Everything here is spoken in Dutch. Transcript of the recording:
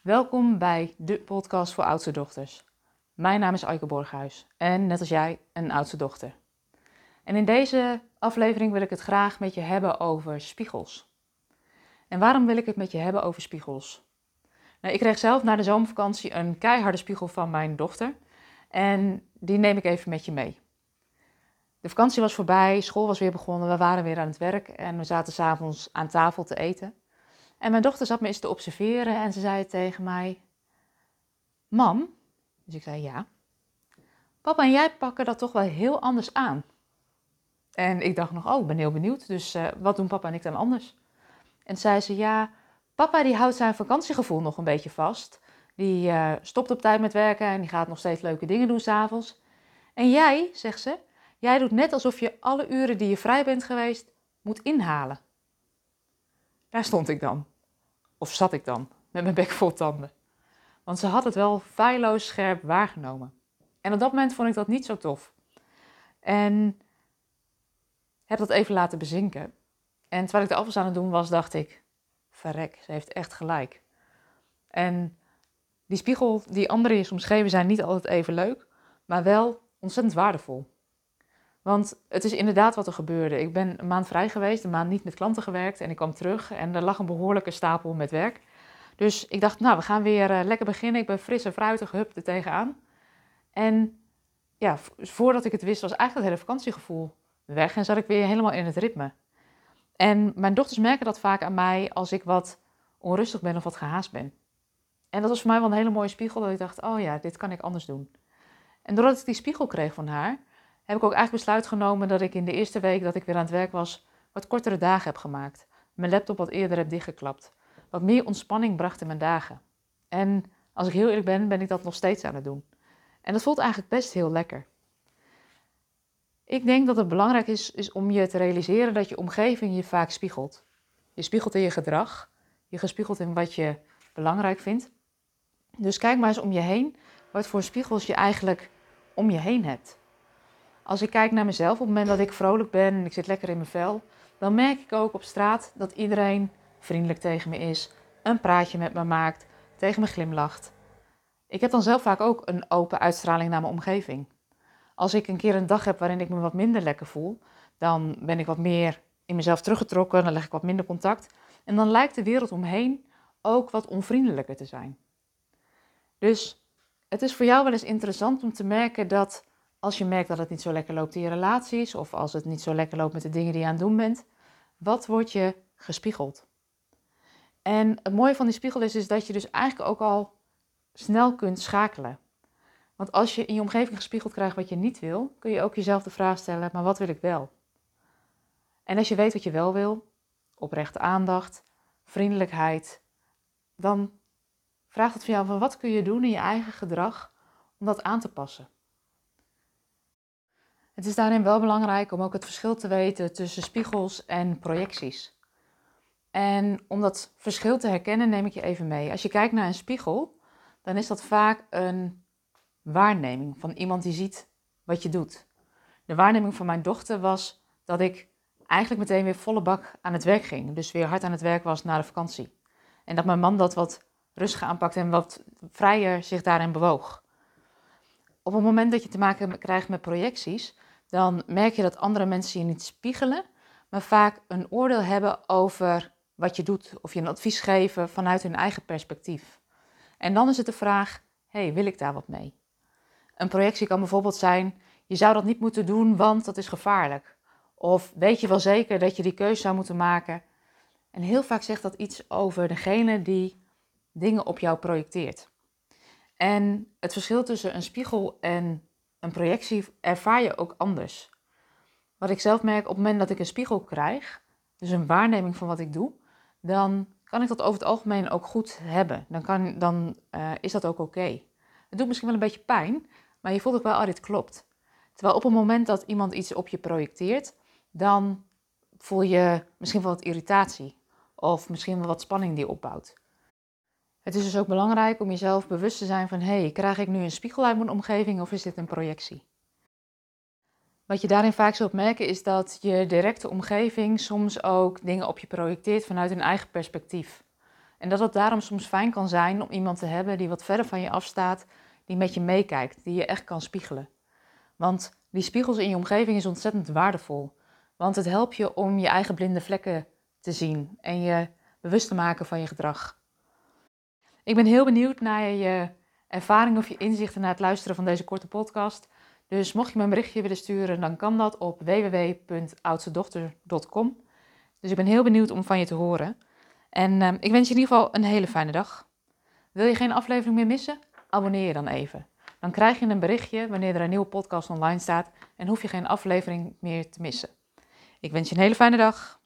Welkom bij de podcast voor oudste dochters. Mijn naam is Aike Borghuis en net als jij een oudste dochter. En in deze aflevering wil ik het graag met je hebben over spiegels. En waarom wil ik het met je hebben over spiegels? Nou, ik kreeg zelf na de zomervakantie een keiharde spiegel van mijn dochter en die neem ik even met je mee. De vakantie was voorbij, school was weer begonnen, we waren weer aan het werk en we zaten 's avonds aan tafel te eten. En mijn dochter zat me eens te observeren en ze zei tegen mij: Mam, dus ik zei ja, papa en jij pakken dat toch wel heel anders aan. En ik dacht nog, ik ben heel benieuwd, dus wat doen papa en ik dan anders? En zei ze, ja, papa die houdt zijn vakantiegevoel nog een beetje vast. Die stopt op tijd met werken en die gaat nog steeds leuke dingen doen 's avonds. En jij, zegt ze, jij doet net alsof je alle uren die je vrij bent geweest moet inhalen. Daar stond ik dan. Of zat ik dan, met mijn bek vol tanden. Want ze had het wel feilloos scherp waargenomen. En op dat moment vond ik dat niet zo tof. En heb dat even laten bezinken. En terwijl ik de afwas aan het doen was, dacht ik: verrek, ze heeft echt gelijk. En die spiegel die anderen is omschreven zijn niet altijd even leuk, maar wel ontzettend waardevol. Want het is inderdaad wat er gebeurde. Ik ben een maand vrij geweest, een maand niet met klanten gewerkt en ik kwam terug en er lag een behoorlijke stapel met werk. Dus ik dacht, we gaan weer lekker beginnen. Ik ben fris en fruitig, hup, er tegenaan. En ja, voordat ik het wist was eigenlijk het hele vakantiegevoel weg en zat ik weer helemaal in het ritme. En mijn dochters merken dat vaak aan mij als ik wat onrustig ben of wat gehaast ben. En dat was voor mij wel een hele mooie spiegel, dat ik dacht, oh ja, dit kan ik anders doen. En doordat ik die spiegel kreeg van haar, heb ik ook eigenlijk besluit genomen dat ik in de eerste week dat ik weer aan het werk was, wat kortere dagen heb gemaakt. Mijn laptop wat eerder heb dichtgeklapt. Wat meer ontspanning bracht in mijn dagen. En als ik heel eerlijk ben, ben ik dat nog steeds aan het doen. En dat voelt eigenlijk best heel lekker. Ik denk dat het belangrijk is om je te realiseren dat je omgeving je vaak spiegelt. Je spiegelt in je gedrag, je gespiegeld in wat je belangrijk vindt. Dus kijk maar eens om je heen wat voor spiegels je eigenlijk om je heen hebt. Als ik kijk naar mezelf, op het moment dat ik vrolijk ben en ik zit lekker in mijn vel, dan merk ik ook op straat dat iedereen vriendelijk tegen me is, een praatje met me maakt, tegen me glimlacht. Ik heb dan zelf vaak ook een open uitstraling naar mijn omgeving. Als ik een keer een dag heb waarin ik me wat minder lekker voel, dan ben ik wat meer in mezelf teruggetrokken, dan leg ik wat minder contact. En dan lijkt de wereld omheen ook wat onvriendelijker te zijn. Dus het is voor jou wel eens interessant om te merken dat als je merkt dat het niet zo lekker loopt in je relaties, of als het niet zo lekker loopt met de dingen die je aan het doen bent, wat wordt je gespiegeld? En het mooie van die spiegel is dat je dus eigenlijk ook al snel kunt schakelen. Want als je in je omgeving gespiegeld krijgt wat je niet wil, kun je ook jezelf de vraag stellen, maar wat wil ik wel? En als je weet wat je wel wil, oprechte aandacht, vriendelijkheid, dan vraagt het van jou van wat kun je doen in je eigen gedrag om dat aan te passen. Het is daarin wel belangrijk om ook het verschil te weten tussen spiegels en projecties. En om dat verschil te herkennen neem ik je even mee. Als je kijkt naar een spiegel, dan is dat vaak een waarneming van iemand die ziet wat je doet. De waarneming van mijn dochter was dat ik eigenlijk meteen weer volle bak aan het werk ging. Dus weer hard aan het werk was na de vakantie. En dat mijn man dat wat rustiger aanpakte en wat vrijer zich daarin bewoog. Op het moment dat je te maken krijgt met projecties, dan merk je dat andere mensen je niet spiegelen, maar vaak een oordeel hebben over wat je doet. Of je een advies geven vanuit hun eigen perspectief. En dan is het de vraag, wil ik daar wat mee? Een projectie kan bijvoorbeeld zijn, je zou dat niet moeten doen, want dat is gevaarlijk. Of weet je wel zeker dat je die keuze zou moeten maken? En heel vaak zegt dat iets over degene die dingen op jou projecteert. En het verschil tussen een spiegel en een projectie ervaar je ook anders. Wat ik zelf merk, op het moment dat ik een spiegel krijg, dus een waarneming van wat ik doe, dan kan ik dat over het algemeen ook goed hebben. Dan is dat ook oké. Het doet misschien wel een beetje pijn, maar je voelt ook wel, dit klopt. Terwijl op het moment dat iemand iets op je projecteert, dan voel je misschien wel wat irritatie. Of misschien wel wat spanning die opbouwt. Het is dus ook belangrijk om jezelf bewust te zijn van, krijg ik nu een spiegel uit mijn omgeving of is dit een projectie? Wat je daarin vaak zult merken is dat je directe omgeving soms ook dingen op je projecteert vanuit een eigen perspectief. En dat het daarom soms fijn kan zijn om iemand te hebben die wat verder van je afstaat, die met je meekijkt, die je echt kan spiegelen. Want die spiegels in je omgeving is ontzettend waardevol. Want het helpt je om je eigen blinde vlekken te zien en je bewust te maken van je gedrag. Ik ben heel benieuwd naar je ervaring of je inzichten na het luisteren van deze korte podcast. Dus mocht je me een berichtje willen sturen, dan kan dat op www.oudstedochter.com. Dus ik ben heel benieuwd om van je te horen. En ik wens je in ieder geval een hele fijne dag. Wil je geen aflevering meer missen? Abonneer je dan even. Dan krijg je een berichtje wanneer er een nieuwe podcast online staat en hoef je geen aflevering meer te missen. Ik wens je een hele fijne dag.